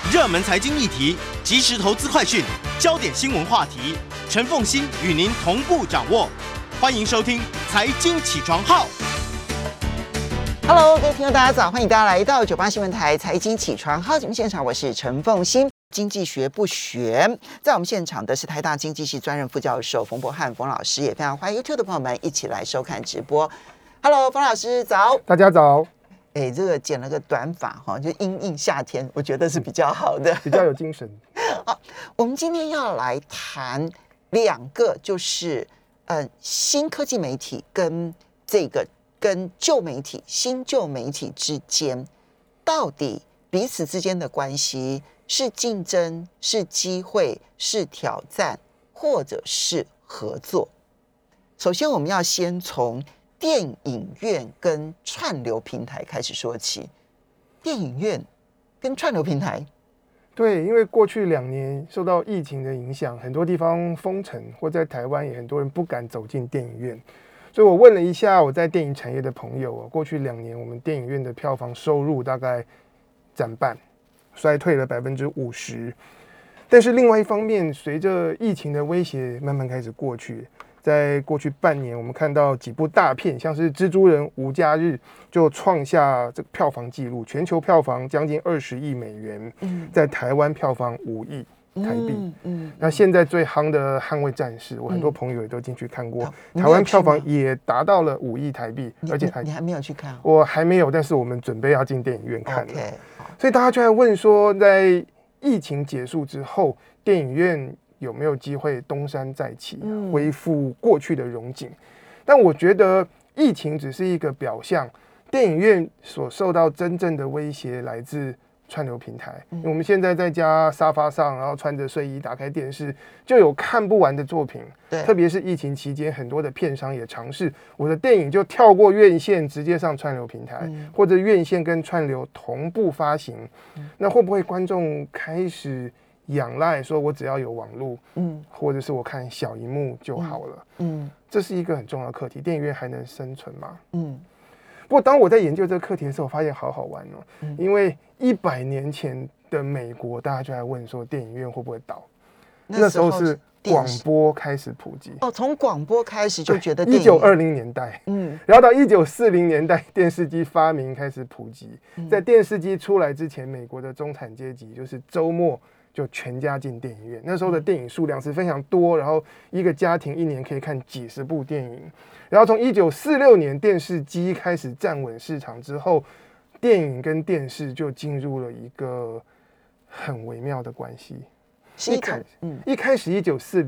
热门财经议题、即时投资快讯、焦点新闻话题，陈凤馨与您同步掌握。欢迎收听《财经起床号》。 Hello， 各位听众大家早，欢迎大家来到98新闻台财经起床号节目现场，我是陈凤馨。经济学不学，在我们现场的是台大经济系专任副教授冯博翰冯老师，也非常欢迎 YouTube 的朋友们一起来收看直播。Hello， 冯老师早， 大家早。 这个剪了个短发哈，就因应夏天，我觉得是比较好的， 比较有精神。 好，我们今天要来谈两个，就是新科技媒体跟旧媒体、新旧媒体之间，到底彼此之间的关系是竞争、是机会、是挑战，或者是合作？首先，我们要先从电影院跟串流平台开始说起。电影院跟串流平台， 对，因为过去2年受到疫情的影响，很多地方封城，或在台湾也很多人不敢走进电影院。所以我问了一下我在电影产业的朋友，过去2年我们电影院的票房收入大概giảm半，衰退了50%。但是另外一方面，随着疫情的威胁慢慢开始过去，在过去半年，我们看到几部大片，像是《蜘蛛人：无家日》就创下这个票房纪录，全球票房将近20亿美元，在台湾票房5亿台币。那现在最夯的《捍卫战士》，我很多朋友也都进去看过，台湾票房也达到了5亿台币，而且你还没有去看？ 我还没有，但是我们准备要进电影院看了。 Okay， 所以大家就在问说，在疫情结束之后，电影院有没有机会东山再起，恢复过去的荣景？但我觉得疫情只是一个表象，电影院所受到真正的威胁来自串流平台。我们现在在家沙发上，然后穿着睡衣打开电视，就有看不完的作品。特别是疫情期间，很多的片商也尝试，我的电影就跳过院线，直接上串流平台，或者院线跟串流同步发行。那会不会观众开始仰赖说我只要有网络，或者是我看小萤幕就好了？这是一个很重要的课题，电影院还能生存吗？不过当我在研究这个课题的时候，我发现好好玩哦，因为100年前的美国，大家就在问说电影院会不会倒？那时候是广播开始普及从广播开始就觉得 1920年代，然后到1940年代，电视机发明开始普及。在电视机出来之前，美国的中产阶级就是周末就全家进电影院。那时候的电影数量是非常多，然后一个家庭1年可以看几十部电影。然后从1946年电视机开始站稳市场之后，电影跟电视就进入了一个很微妙的关系。一开始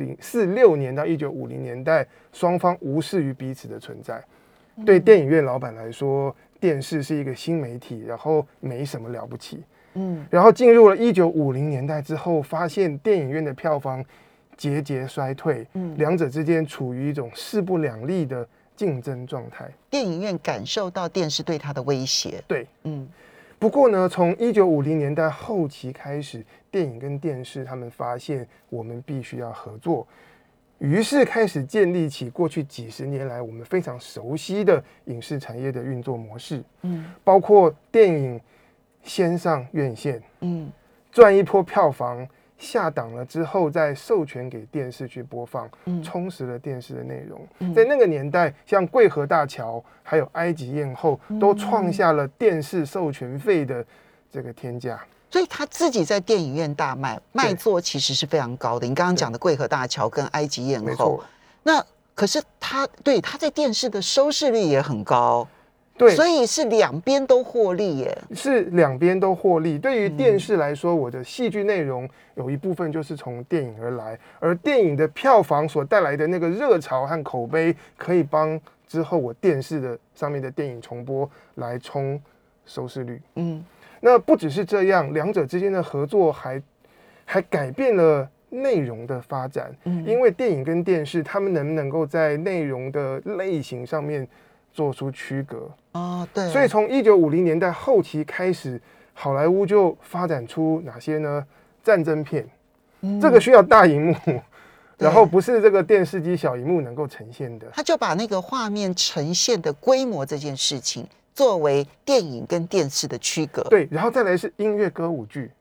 1946年到1950年代，双方无视于彼此的存在。对电影院老板来说，电视是一个新媒体，然后没什么了不起。然后进入了1950年代之后，发现电影院的票房节节衰退，两者之间处于一种势不两立的竞争状态。 电影院感受到电视对它的威胁。 对，不过呢，从1950年代后期开始，电影跟电视他们发现我们必须要合作，于是开始建立起过去几十年来我们非常熟悉的影视产业的运作模式。包括电影先上院线，赚一波票房，下档了之后再授权给电视去播放，充实了电视的内容。在那个年代，像桂河大桥还有埃及艳后都创下了电视授权费的这个天价。 所以他自己在电影院大卖座其实是非常高的。你刚刚讲的桂河大桥跟埃及艳后，那可是他在电视的收视率也很高。对，所以是两边都获利耶。 是两边都获利。对于电视来说，我的戏剧内容有一部分就是从电影而来，而电影的票房所带来的那个热潮和口碑，可以帮之后我电视的上面的电影重播来冲收视率。那不只是这样，两者之间的合作还改变了内容的发展。因为电影跟电视，他们能不能够在内容的类型上面做出区隔？ 对。 所以从1950年代后期开始，好莱坞就发展出哪些呢？战争片，这个需要大荧幕，然后不是这个电视机小荧幕能够呈现的。 他就把那个画面呈现的规模这件事情作为电影跟电视的区隔。 对，然后再来是音乐歌舞剧，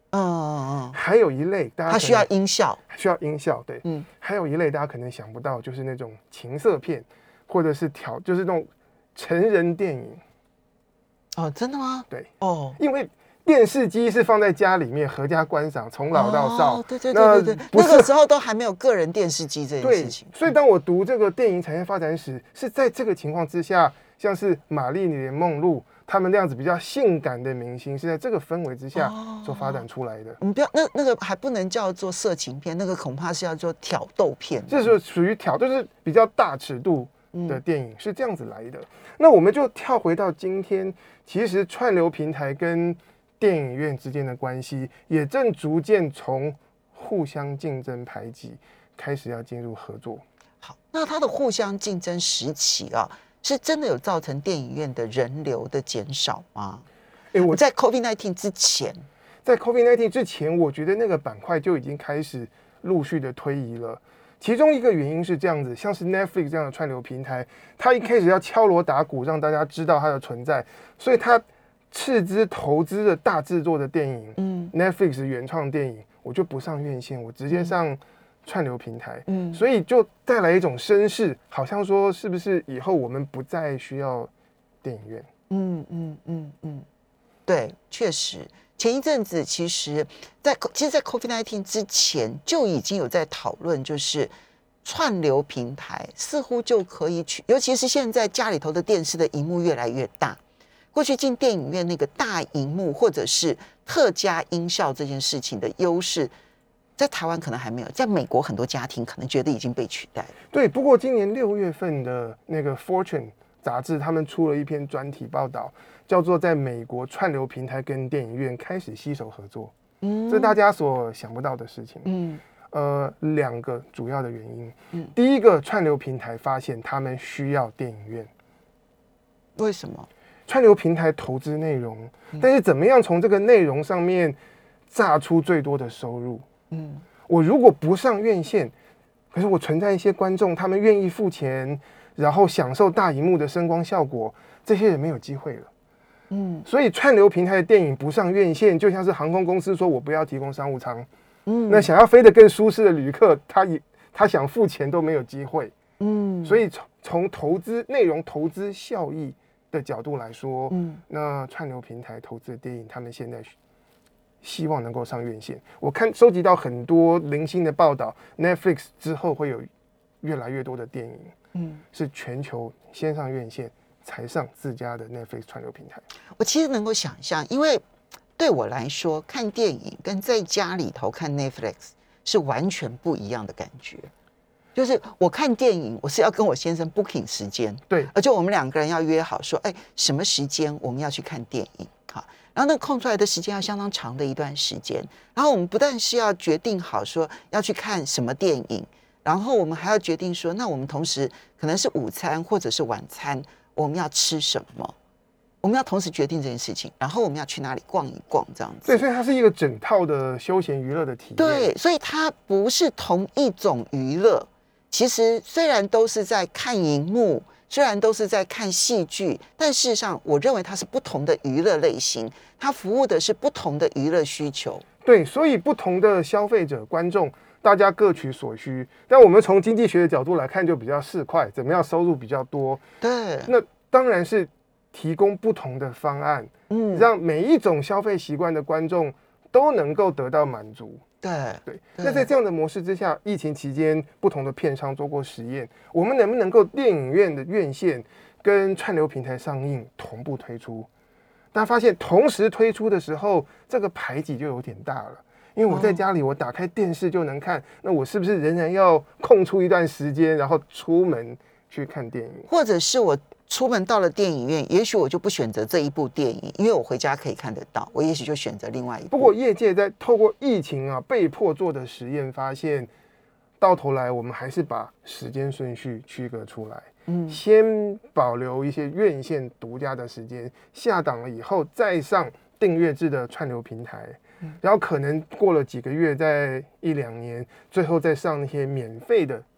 还有一类大家它需要音效， 对，还有一类大家可能想不到，就是那种情色片，或者是就是那种成人电影。 哦，真的吗？ 对， 因为电视机是放在家里面合家观赏，从老到少。 对，那个时候都还没有个人电视机这件事情。 所以当我读这个电影产业发展史，是在这个情况之下，像是玛丽莲梦露他们那样子比较性感的明星，是在这个氛围之下所发展出来的。 你不要那个还不能叫做色情片，那个恐怕是要做挑逗片。 这是属于就是比较大尺度的电影，是这样子来的。那我们就跳回到今天，其实串流平台跟电影院之间的关系，也正逐渐从互相竞争排挤，开始要进入合作。 好，那它的互相竞争时期啊，是真的有造成电影院的人流的减少吗？我在 COVID-19 之前， 我觉得那个板块就已经开始陆续的推移了。其中一个原因是这样子，像是 Netflix 这样的串流平台，它一开始要敲锣打鼓让大家知道它的存在，所以它斥资投资的大制作的电影，Netflix 原创电影，我就不上院线，我直接上串流平台，所以就带来一种声势，好像说是不是以后我们不再需要电影院？ 对，确实，前一阵子其实在 COVID-19 之前就已经有在讨论，就是串流平台似乎就可以尤其是现在家里头的电视的荧幕越来越大。过去进电影院那个大荧幕或者是特加音效这件事情的优势，在台湾可能还没有，在美国很多家庭可能觉得已经被取代了。 对，不过今年6月份的那个 Fortune 杂志，他们出了一篇专题报道，叫做在美国串流平台跟电影院开始携手合作，这是大家所想不到的事情。2个主要的原因，第一个，串流平台发现他们需要电影院， 为什么？ 串流平台投资内容，但是怎么样从这个内容上面榨出最多的收入？我如果不上院线，可是我存在一些观众，他们愿意付钱，然后享受大荧幕的声光效果，这些人没有机会了。所以串流平台的电影不上院线，就像是航空公司说我不要提供商务舱，那想要飞得更舒适的旅客，他想付钱都没有机会。所以从内容投资效益的角度来说，那串流平台投资的电影，他们现在希望能够上院线。我收集到很多零星的报道 ，Netflix 之后会有越来越多的电影，是全球先上院线，才上自家的 Netflix 串流平台。 我其实能够想象，因为对我来说，看电影跟在家里头看 Netflix 是完全不一样的感觉。就是我看电影，我是要跟我先生 booking 时间， 对， 而且我们2个人要约好说，什么时间我们要去看电影，好，然后那空出来的时间要相当长的一段时间，然后我们不但是要决定好说要去看什么电影，然后我们还要决定说，那我们同时可能是午餐或者是晚餐，我们要吃什么，我们要同时决定这件事情，然后我们要去哪里逛一逛，这样子。 对，所以它是一个整套的休闲娱乐的体验。 对，所以它不是同一种娱乐。其实虽然都是在看荧幕，虽然都是在看戏剧，但事实上我认为它是不同的娱乐类型，它服务的是不同的娱乐需求。 对，所以不同的消费者观众，大家各取所需。但我们从经济学的角度来看，就比较市侩，怎么样收入比较多？ 对， 那当然是提供不同的方案，让每一种消费习惯的观众都能够得到满足。 对， 那在这样的模式之下，疫情期间不同的片商做过实验，我们能不能够电影院的院线跟串流平台上映同步推出？大家发现同时推出的时候，这个排挤就有点大了。因为我在家里，我打开电视就能看，那我是不是仍然要空出一段时间，然后出门去看电影？ 或者是我出门到了电影院，也许我就不选择这一部电影，因为我回家可以看得到，我也许就选择另外一部。 不过业界在透过疫情被迫做的实验发现，到头来我们还是把时间顺序区隔出来，先保留一些院线独家的时间，下档了以后再上订阅制的串流平台，然后可能过了几个月，在1-2年，最后再上那些免费的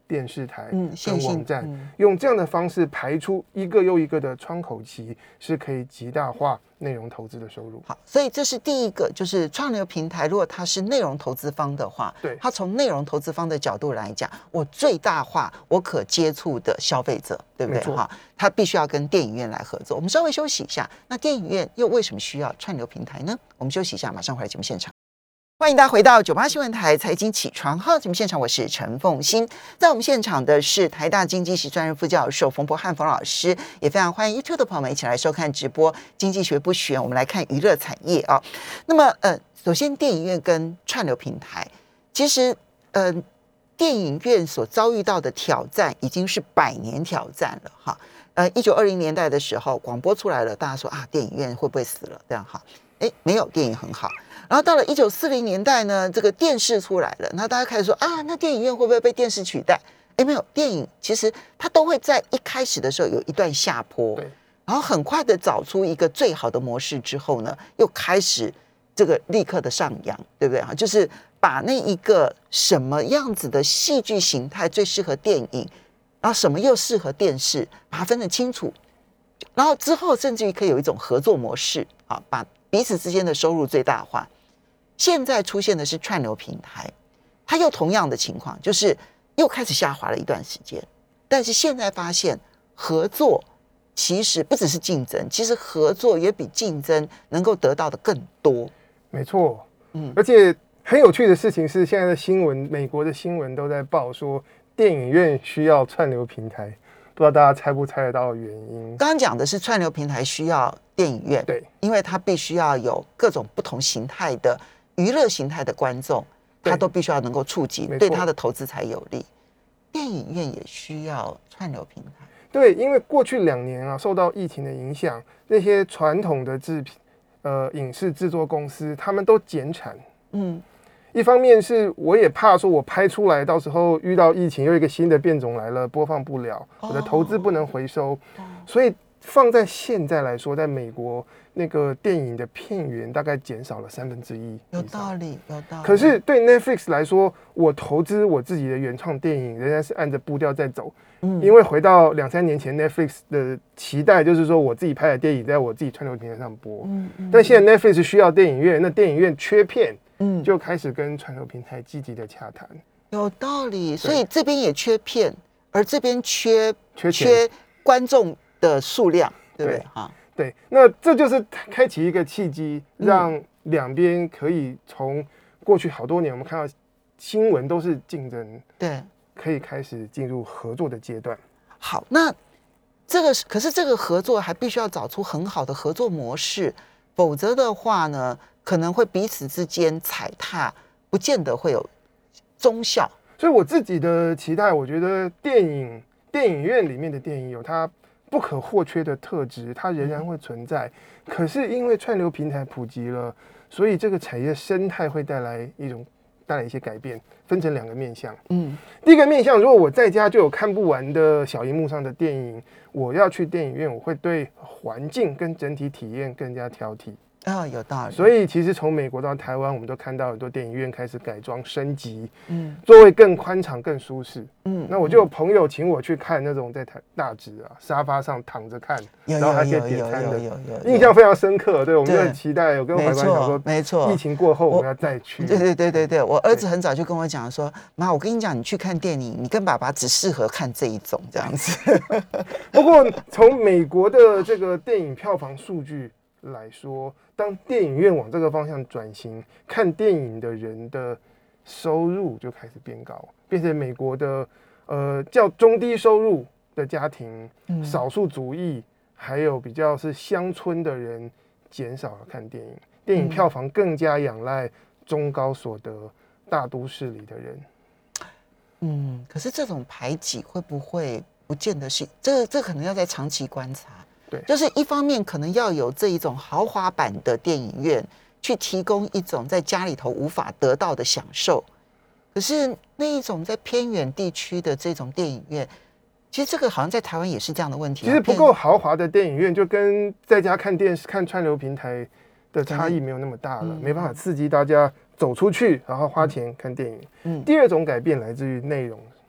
电视台、 线性网站，用这样的方式排出一个又一个的窗口期，是可以极大化内容投资的收入。 好，所以这是第一个，就是串流平台，如果它是内容投资方的话， 对， 它从内容投资方的角度来讲，我最大化我可接触的消费者，对不对？哈，它必须要跟电影院来合作。我们稍微休息一下，那电影院又为什么需要串流平台呢？我们休息一下，马上回来节目现场。欢迎大家回到98新闻台财经起床号节目现场，我是陈凤馨。在我们现场的是台大经济系专任副教授冯博翰冯老师，也非常欢迎 YouTube 的朋友们一起来收看直播。经济学不悬，我们来看娱乐产业啊。那么首先电影院跟串流平台，其实电影院所遭遇到的挑战已经是100年挑战了哈。1920年代的时候，广播出来了，大家说啊，电影院会不会死了？这样哈，没有，电影很好。然后到了1940年代呢，这个电视出来了，那大家开始说啊，那电影院会不会被电视取代？没有，电影其实它都会在一开始的时候有一段下坡，然后很快的找出一个最好的模式之后呢，又开始这个立刻的上扬，对不对？就是把那一个什么样子的戏剧形态最适合电影，然后什么又适合电视，把它分得清楚，然后之后甚至于可以有一种合作模式啊，把彼此之间的收入最大化。现在出现的是串流平台，它又同样的情况，就是又开始下滑了一段时间。但是现在发现，合作其实不只是竞争，其实合作也比竞争能够得到的更多。 没错，而且很有趣的事情是，现在的新闻，美国的新闻都在报说，电影院需要串流平台。不知道大家猜不猜得到原因？ 刚刚讲的是串流平台需要电影院， 对， 因为它必须要有各种不同形态的娱乐形态的观众，它都必须要能够触及，对它的投资才有利。电影院也需要串流平台， 对，因为过去2年啊，受到疫情的影响，那些传统的影视制作公司，他们都减产。一方面是我也怕说，我拍出来到时候遇到疫情，又一个新的变种来了，播放不了，我的投资不能回收，所以放在现在来说，在美国那个电影的片源大概减少了1/3。 有道理，有道理。 可是对 Netflix 来说，我投资我自己的原创电影，仍然是按着步调在走。因为回到2-3年前 Netflix 的期待，就是说我自己拍的电影在我自己串流平台上播。但现在 Netflix 需要电影院，那电影院缺片。就开始跟串流平台积极的洽谈， 有道理。所以这边也缺片，而这边缺观众的数量，对不对？ 对，那这就是开启一个契机，让两边可以从过去好多年我们看到新闻都是竞争， 对， 可以开始进入合作的阶段。 好，那可是这个合作还必须要找出很好的合作模式，否则的话呢，可能会彼此之间踩踏，不见得会有忠效。 所以我自己的期待，我觉得电影院里面的电影有它不可或缺的特质，它仍然会存在。可是因为串流平台普及了，所以这个产业生态会带来一些改变，分成2个面向。第一个面向，如果我在家就有看不完的小荧幕上的电影，我要去电影院，我会对环境跟整体体验更加挑剔。 有道理。 所以其实从美国到台湾，我们都看到很多电影院开始改装升级，座位更宽敞、更舒适。那我就有朋友请我去看那种在大直沙发上躺着看，然后还可以点餐的，印象非常深刻。对，我们就很期待。我跟怀观想说， 没错， 疫情过后我们要再去。 对，我儿子很早就跟我讲说，妈，我跟你讲，你去看电影，你跟爸爸只适合看这一种这样子。 不过从美国的这个电影票房数据来说，当电影院往这个方向转型，看电影的人的收入就开始变高，变成美国的叫中低收入的家庭、少数族裔，还有比较是乡村的人减少了看电影，电影票房更加仰赖中高所得大都市里的人。 可是这种排挤会不会不见得是这可能要在长期观察。 对， 就是一方面可能要有这一种豪华版的电影院，去提供一种在家里头无法得到的享受。可是那一种在偏远地区的这种电影院，其实这个好像在台湾也是这样的问题。 其实不够豪华的电影院，就跟在家看电视、看串流平台的差异没有那么大了，没办法刺激大家走出去，然后花钱看电影。第二种改变来自于内容。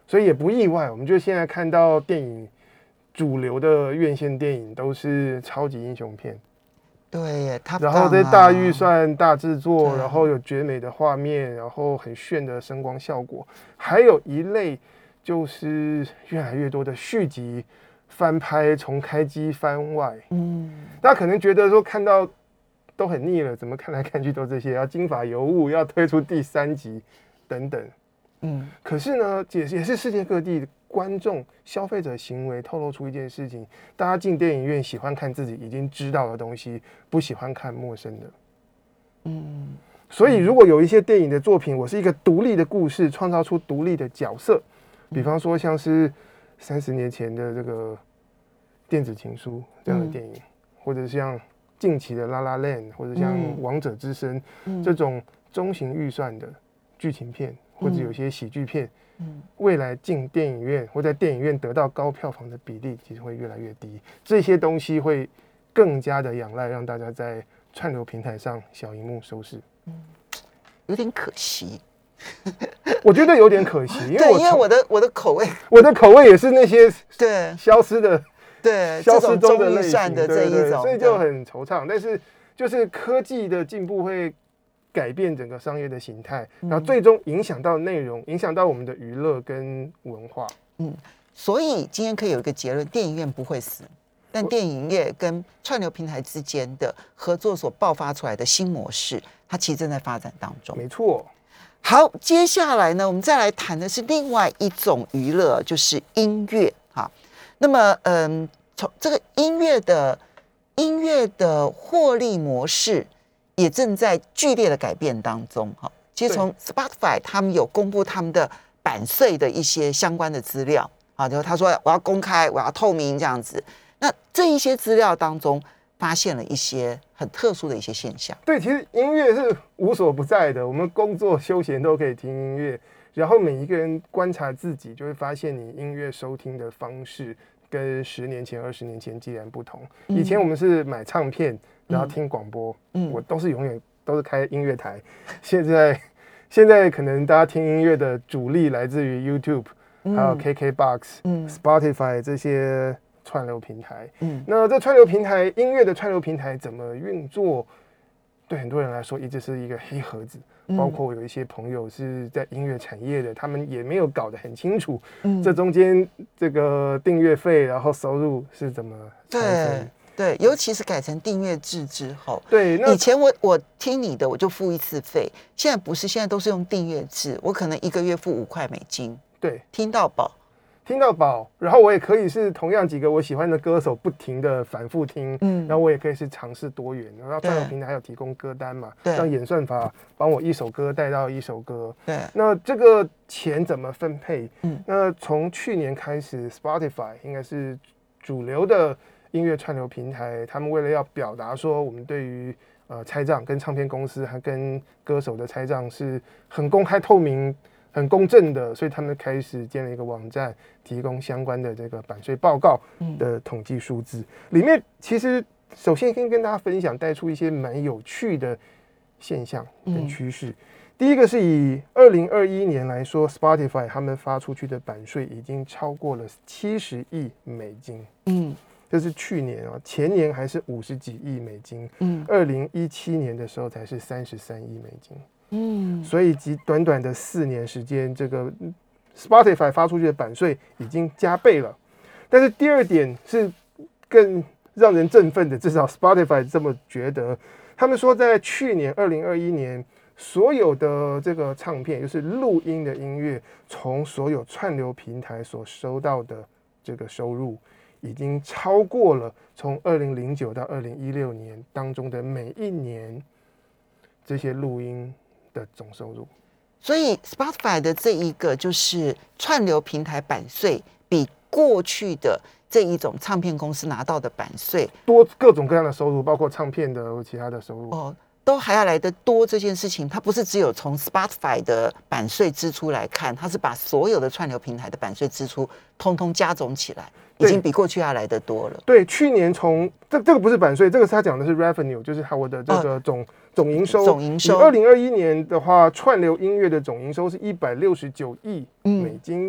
所以也不意外。我们就现在看到电影主流的院线电影都是超级英雄片， 对耶， 然后这大预算， 算、大制作， 对然后有绝美的画面，然后很炫的声光效果。还有一类就是越来越多的续集、翻拍、重开机、番外。大家可能觉得说看到都很腻了，怎么看来看去都这些，要金发尤物，要推出第3集等等。可是呢，也是世界各地观众、消费者行为透露出一件事情：大家进电影院喜欢看自己已经知道的东西，不喜欢看陌生的。所以如果有一些电影的作品，我是一个独立的故事，创造出独立的角色，比方说像是30年前的这个《电子情书》这样的电影，或者像近期的《La La Land》，或者像《王者之声》这种中型预算的剧情片，或者有些喜剧片，未来进电影院或在电影院得到高票房的比例其实会越来越低。这些东西会更加的仰赖让大家在串流平台上小荧幕收视。 有点可惜。 我觉得有点可惜，因为我的口味， 我的口味也是那些对消失的， 对， 消失中的这种中预类型算的这一种， 所以就很惆怅。但是就是科技的进步会改变整个商业的形态，然后最终影响到内容，影响到我们的娱乐跟文化。 所以今天可以有一个结论：电影院不会死，但电影业跟串流平台之间的合作所爆发出来的新模式，它其实正在发展当中。 没错。 好，接下来呢，我们再来谈的是另外一种娱乐，就是音乐哈。那么，从这个音乐的获利模式也正在剧烈的改变当中哈。其实从 Spotify 他们有公布他们的版税的一些相关的资料啊，就是他说我要公开，我要透明这样子。那这一些资料当中，发现了一些很特殊的一些现象。 对，其实音乐是无所不在的，我们工作休闲都可以听音乐，然后每一个人观察自己，就会发现你音乐收听的方式跟10年前、20年前截然不同。以前我们是买唱片，然后听广播，我都是永远都是开音乐台。现在可能大家听音乐的主力来自于 YouTube，还有 KKBOX、Spotify 这些串流平台。那这串流平台，音乐的串流平台怎么运作？对很多人来说，一直是一个黑盒子。包括我有一些朋友是在音乐产业的，他们也没有搞得很清楚，这中间这个订阅费，然后收入是怎么拆分。 对，尤其是改成订阅制之后， 对， 以前我听你的我就付1次费，现在不是，现在都是用订阅制，我可能1个月付5块美金， 对， 听到饱。 然后我也可以是同样几个我喜欢的歌手不停的反复听，然后我也可以是尝试多元，然后串流平台还有提供歌单嘛，让演算法帮我一首歌带到一首歌。 对， 那这个钱怎么分配？那从去年开始 ，Spotify 应该是主流的音乐串流平台，他们为了要表达说我们对于拆账跟唱片公司还跟歌手的拆账是很公开透明、很公正的，所以他们开始建了一个网站，提供相关的这个版税报告的统计数字。里面其实首先先跟大家分享，带出一些蛮有趣的现象跟趋势。第一个是以2021年来说 ，Spotify 他们发出去的版税已经超过了70亿美金。这是去年啊，前年还是50几亿美金。2017年的时候才是33亿美金。所以短短的4年时间，这个 Spotify 发出去的版税已经加倍了。但是第二点是更让人振奋的，至少 Spotify 这么觉得。他们说，在去年2021年，所有的这个唱片，就是录音的音乐，从所有串流平台所收到的这个收入，已经超过了从2009到2016年当中的每一年这些录音的总收入。 所以 Spotify 的这一个就是串流平台版税，比过去的这一种唱片公司拿到的版税多各种各样的收入，包括唱片的和其他的收入都还要来得多。这件事情它不是只有从 Spotify 的版税支出来看，它是把所有的串流平台的版税支出通通加总起来，已经比过去要来得多了。 对，去年从这个不是版税，这个是他讲的是 revenue， 就是我的这个总营收。2021年的话，串流音乐的总营收是169亿美金。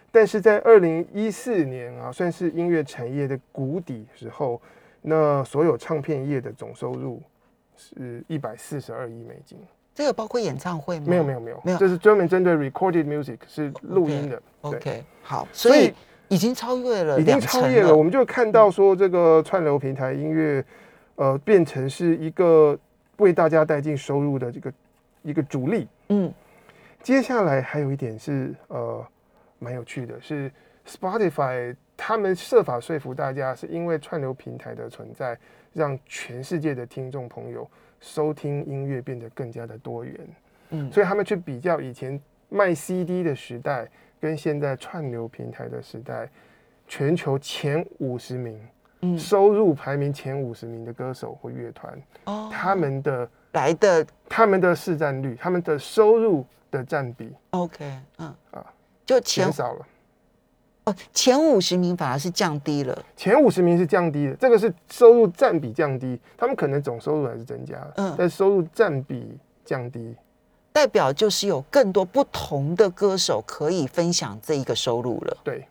但是在2014年啊，算是音乐产业的谷底时候，那所有唱片业的总收入是142亿美金。 这个包括演唱会吗？ 没有，这是专门针对 recorded music 是录音的。 OK， 好，所以已经超越了， 我们就看到说这个串流平台音乐，变成是一个为大家带进收入的一个主力。接下来还有一点是蛮有趣的，是 Spotify 他们设法说服大家，是因为串流平台的存在，让全世界的听众朋友收听音乐变得更加的多元。所以他们去比较以前卖 CD 的时代跟现在串流平台的时代，全球前50名，收入排名前50名的歌手或乐团，他们的市占率，他们的收入的占比 ，OK， 就减少了。 前50名反而是降低了。 前50名是降低的，这个是收入占比降低，他们可能总收入还是增加了，但收入占比降低， 代表就是有更多不同的歌手可以分享这一个收入了。 对，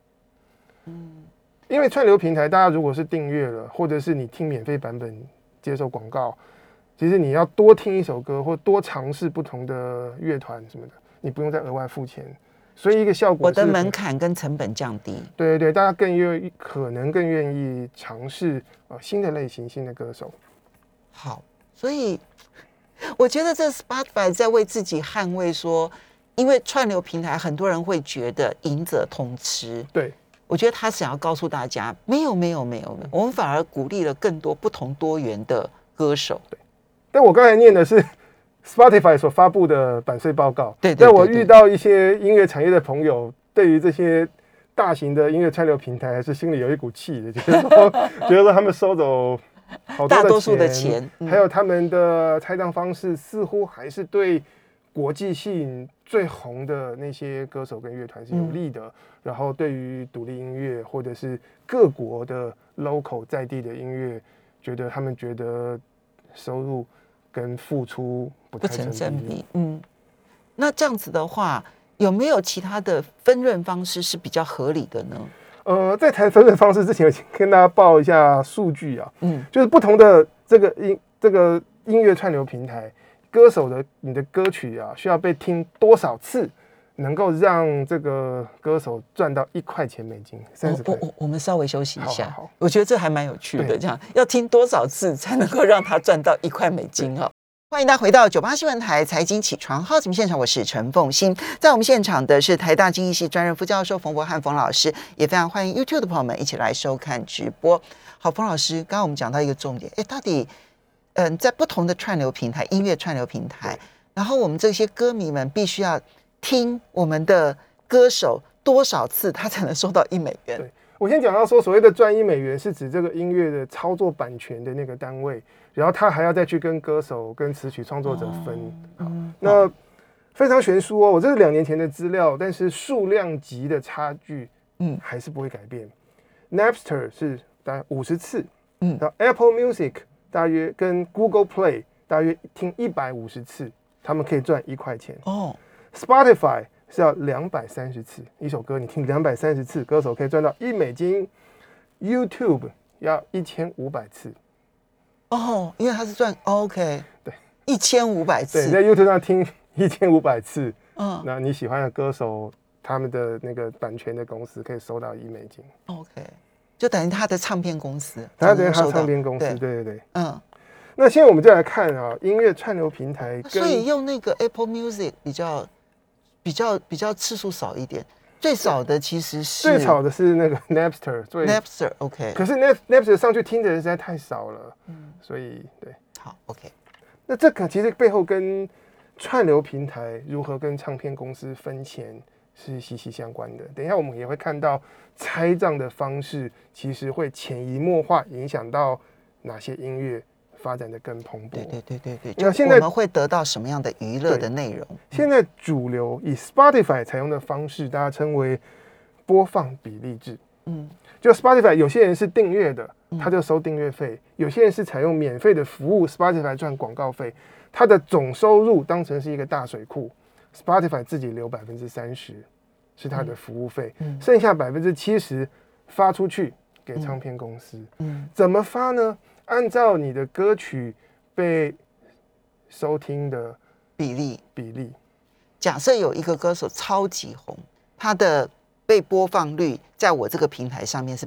因为串流平台，大家如果是订阅了，或者是你听免费版本接受广告，其实你要多听一首歌或多尝试不同的乐团什么的，你不用再额外付钱。所以一个效果， 我的门槛跟成本降低。 对，大家可能更愿意尝试新的类型、新的歌手。 好，所以我觉得这 Spotify 在为自己捍卫说，因为串流平台很多人会觉得赢者通吃。 对， 我觉得他想要告诉大家，没有，我们反而鼓励了更多不同多元的歌手。 对，但我刚才念的是Spotify 所发布的版税报告， 对， 但我遇到一些音乐产业的朋友，对于这些大型的音乐串流平台，还是心里有一股气的，觉得说他们收走好多大多数的钱， 还有他们的拆账方式，似乎还是对国际性最红的那些歌手跟乐团是有利的。然后对于独立音乐或者是各国的 local 在地的音乐，他们觉得收入跟付出不成正比。 那这样子的话，有没有其他的分润方式是比较合理的呢？ 在谈分润方式之前，我先跟大家报一下数据啊。就是不同的这个音乐串流平台，歌手你的歌曲啊，需要被听多少次，能够让这个歌手赚到1块钱美金，30块。 我们稍微休息一下， 好， 我觉得这还蛮有趣的。这样要听多少次才能够让他赚到1块美金啊？欢迎大家回到98新闻台财经起床号节目现场，我是陈凤馨。在我们现场的是台大经济系专任副教授冯博翰冯老师，也非常欢迎 YouTube 的朋友们一起来收看直播。好，冯老师，刚刚我们讲到一个重点，到底在不同的串流平台，音乐串流平台，然后我们这些歌迷们必须要听我们的歌手多少次，他才能收到1美元？ 对，我先讲到说，所谓的赚1美元是指这个音乐的操作版权的那个单位，然后他还要再去跟歌手、跟词曲创作者分。那非常悬殊哦，我这是2年前的资料，但是数量级的差距，还是不会改变。Napster 是大概50次，然后 Apple Music 大约跟 Google Play 大约听150次，他们可以赚1块钱。Spotify 是要230次，一首歌你听230次，歌手可以赚到1美金。YouTube 要1500次。 因为他是赚 OK， 对 ，1500次。 对，在 YouTube 上听1500次，那你喜欢的歌手，他们的那个版权的公司可以收到1美金。 OK， 就等于他的唱片公司， 等于他唱片公司，对。那现在我们就来看啊，音乐串流平台所以用那个 Apple Music 比较次数少一点，最少的其实是最少的是那个 Napster， OK。 可是 Napster 上去听的人实在太少了，所以对。 好 OK。 那这个其实背后跟串流平台如何跟唱片公司分钱是息息相关的。等一下我们也会看到拆账的方式，其实会潜移默化影响到哪些音乐发展的更蓬勃。 对。那现在我们会得到什么样的娱乐的内容？ 现在主流以 Spotify 采用的方式，大家称为播放比例制。就 Spotify 有些人是订阅的，他就收订阅费；有些人是采用免费的服务 ，Spotify 赚广告费。他的总收入当成是一个大水库 ，Spotify 自己留30%， 是它的服务费，剩下70%发出去给唱片公司。怎么发呢？按照你的歌曲被收听的比例。 假设有一个歌手超级红，他的被播放率在我这个平台上面是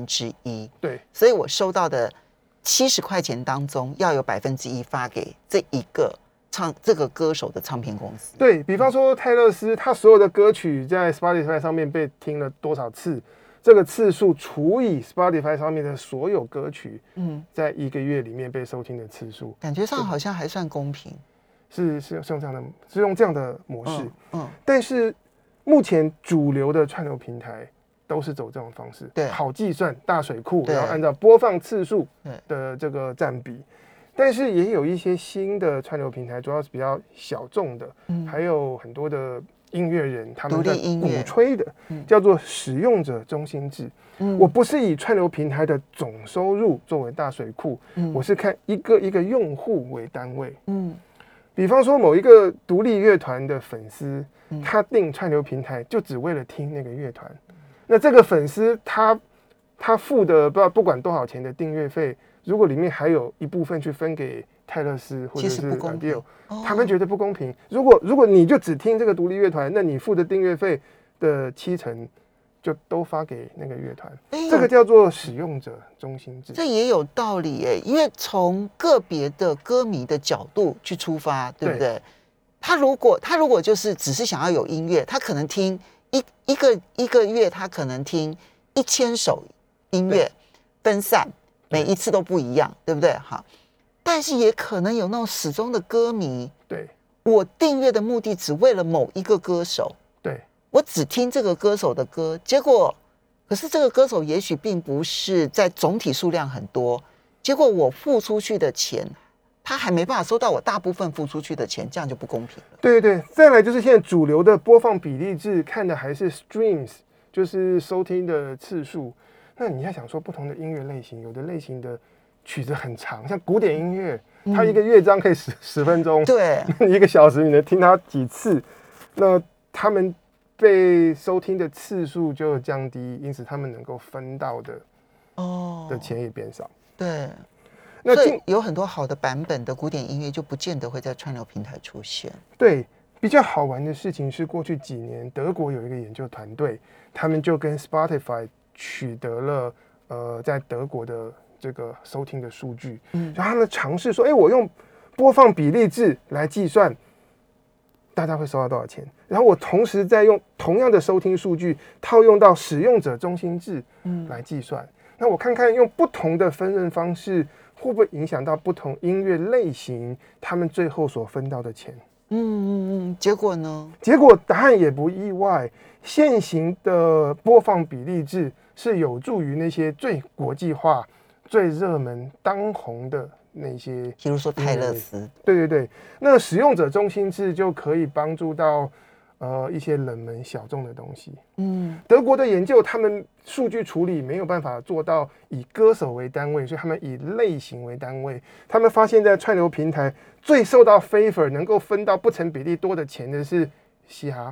1%， 对， 所以我收到的70块钱当中要有1%发给这个歌手的唱片公司。 对，比方说泰勒斯，他所有的歌曲在 Spotify 上面被听了多少次，这个次数除以 Spotify 上面的所有歌曲，在1个月里面被收听的次数， 感觉上好像还算公平。 是用这样的模式。但是目前主流的串流平台都是走这种方式， 对， 好计算大水库，然后按照播放次数的这个占比。但是也有一些新的串流平台，主要是比较小众的，还有很多的音乐人他们在鼓吹的，叫做使用者中心制。我不是以串流平台的总收入作为大水库，我是看一个一个用户为单位。比方说某一个独立乐团的粉丝，他订串流平台就只为了听那个乐团，那这个粉丝他付的不管多少钱的订阅费，如果里面还有一部分去分给泰勒斯或者是 Adele， 他们觉得不公平。如果你就只听这个独立乐团，那你付的订阅费的70%就都发给那个乐团，这个叫做使用者中心制。 这也有道理耶，因为从个别的歌迷的角度去出发，对不对？他如果就是只是想要有音乐，他可能听一个月，他可能听1000首音乐，分散，每一次都不一样，对不对？好，但是也可能有那种始终的歌迷， 对， 我订阅的目的只为了某一个歌手， 对。 我只听这个歌手的歌，可是这个歌手也许并不是在总体数量很多，结果我付出去的钱，他还没办法收到我大部分付出去的钱，这样就不公平了。 对对对，再来就是现在主流的播放比例制，看的还是 streams， 就是收听的次数。那你要想说不同的音乐类型，有的类型的曲子很长，像古典音乐，它一个乐章可以10分钟， 对 ，1个小时你能听它几次？那他们被收听的次数就降低，因此他们能够分到的钱也变少。 对， 那所以有很多好的版本的古典音乐就不见得会在串流平台出现。 对，比较好玩的事情是，过去几年德国有一个研究团队，他们就跟 Spotify 取得了在德国的这个收听的数据，然后他们尝试说，我用播放比例制来计算大家会收到多少钱，然后我同时再用同样的收听数据套用到使用者中心制来计算，那我看看用不同的分润方式会不会影响到不同音乐类型他们最后所分到的钱。 结果呢？ 结果答案也不意外，现行的播放比例制是有助于那些最国际化、最热门、当红的那些， 比如说泰勒斯。 对对对，那使用者中心制就可以帮助到一些冷门小众的东西。德国的研究，他们数据处理没有办法做到以歌手为单位，所以他们以类型为单位。他们发现，在串流平台最受到 favor 能够分到不成比例多的钱的是嘻哈。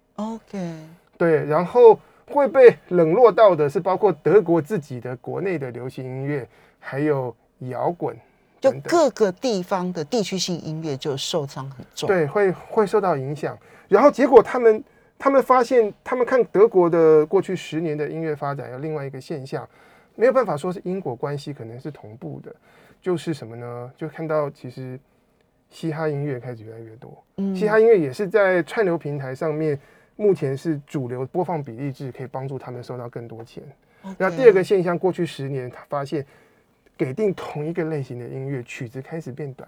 OK， 对，然后会被冷落到的是包括德国自己的国内的流行音乐，还有摇滚。 就各个地方的地区性音乐就受伤很重， 对，会受到影响。然后结果他们发现，他们看德国的过去10年的音乐发展，有另外一个现象，没有办法说是因果关系，可能是同步的。就是什么呢？就看到其实嘻哈音乐开始越来越多，嘻哈音乐也是在串流平台上面，目前是主流播放比例制，可以帮助他们收到更多钱。那第二个现象，过去10年他发现，给定同一个类型的音乐，曲子开始变短。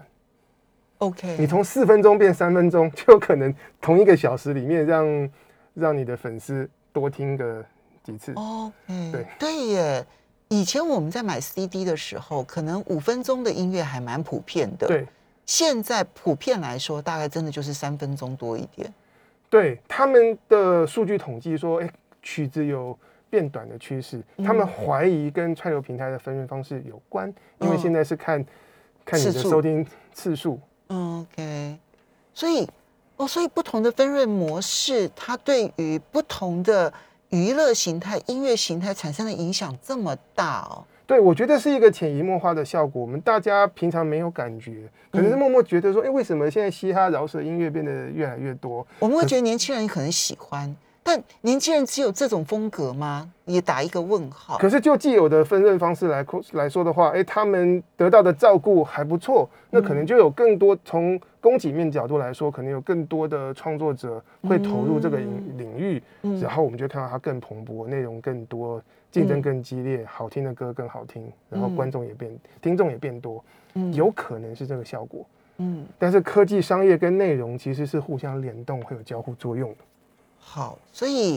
OK， 你从4分钟变3分钟，就有可能同一个小时里面让你的粉丝多听个几次。 OK， 对耶。以前我们在买 CD 的时候，可能5分钟的音乐还蛮普遍的。 对， 现在普遍来说，大概真的就是3分钟多一点。 对，他们的数据统计说，曲子有变短的趋势，他们怀疑跟串流平台的分润方式有关，因为现在是看你的收听次数。 OK， 所以哦，所以不同的分润模式，它对于不同的娱乐形态、音乐形态产生的影响这么大哦。 对，我觉得是一个潜移默化的效果。我们大家平常没有感觉，可能是默默觉得说，哎，为什么现在嘻哈饶舌音乐变得越来越多？ 我们会觉得年轻人可能喜欢，但年轻人只有这种风格吗？也打一个问号。 可是就既有的分润方式来说的话，哎，他们得到的照顾还不错，那可能就有更多从供给面角度来说，可能有更多的创作者会投入这个领域，然后我们就看到它更蓬勃，内容更多，竞争更激烈，好听的歌更好听，然后听众也变多，有可能是这个效果。但是科技、商业跟内容其实是互相联动，会有交互作用的。 好，所以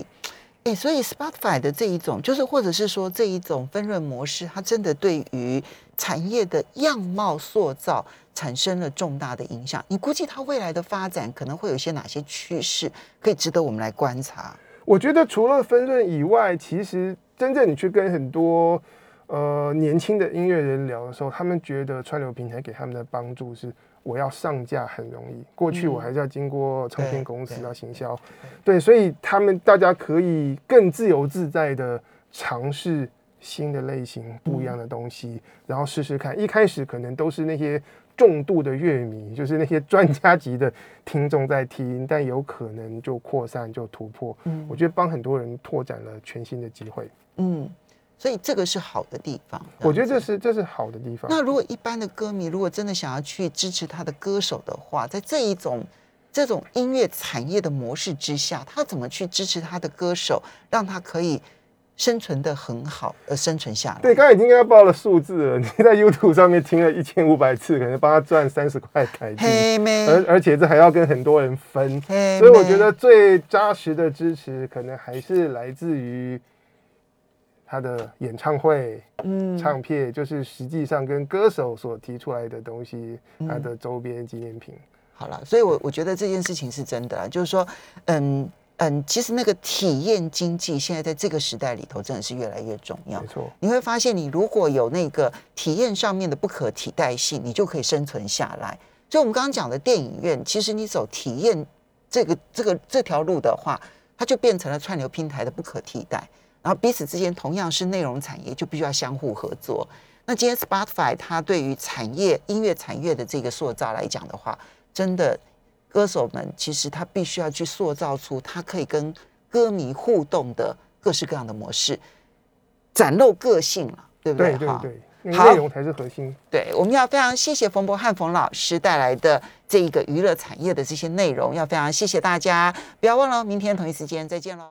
Spotify 的这一种，就是或者是说这一种分润模式，它真的对于产业的样貌塑造产生了重大的影响。你估计它未来的发展可能会有一些哪些趋势，可以值得我们来观察？ 我觉得除了分润以外，其实真正你去跟很多年轻的音乐人聊的时候，他们觉得串流平台给他们的帮助是，我要上架很容易，过去我还是要经过唱片公司要行销，对，所以大家可以更自由自在的尝试新的类型、不一样的东西，然后试试看。一开始可能都是那些重度的乐迷，就是那些专家级的听众在听，但有可能就扩散、就突破。我觉得帮很多人拓展了全新的机会。 所以这个是好的地方。 我觉得这是好的地方。 那如果一般的歌迷如果真的想要去支持他的歌手的话，在这种音乐产业的模式之下，他怎么去支持他的歌手，让他可以生存得很好，生存下来？ 对，刚才已经要报了数字了。你在 YouTube 上面听了1500次，可能帮他赚30块台币，而且这还要跟很多人分，所以我觉得最扎实的支持，可能还是来自于他的演唱会、唱片，就是实际上跟歌手所提出来的东西，他的周边纪念品。 好了，所以我觉得这件事情是真的啦，就是说，其实那个体验经济现在在这个时代里头真的是越来越重要。 没错， 你会发现，你如果有那个体验上面的不可替代性，你就可以生存下来。所以我们刚刚讲的电影院，其实你走体验这条路的话，它就变成了串流平台的不可替代。然后彼此之间同样是内容产业，就必须要相互合作。那今天 Spotify 它对于音乐产业的这个塑造来讲的话，真的歌手们其实他必须要去塑造出他可以跟歌迷互动的各式各样的模式，展露个性了，对不对？ 对，内容才是核心。 对，我们要非常谢谢冯博翰冯老师带来的这一个娱乐产业的这些内容，要非常谢谢大家，不要忘了明天同一时间再见喽。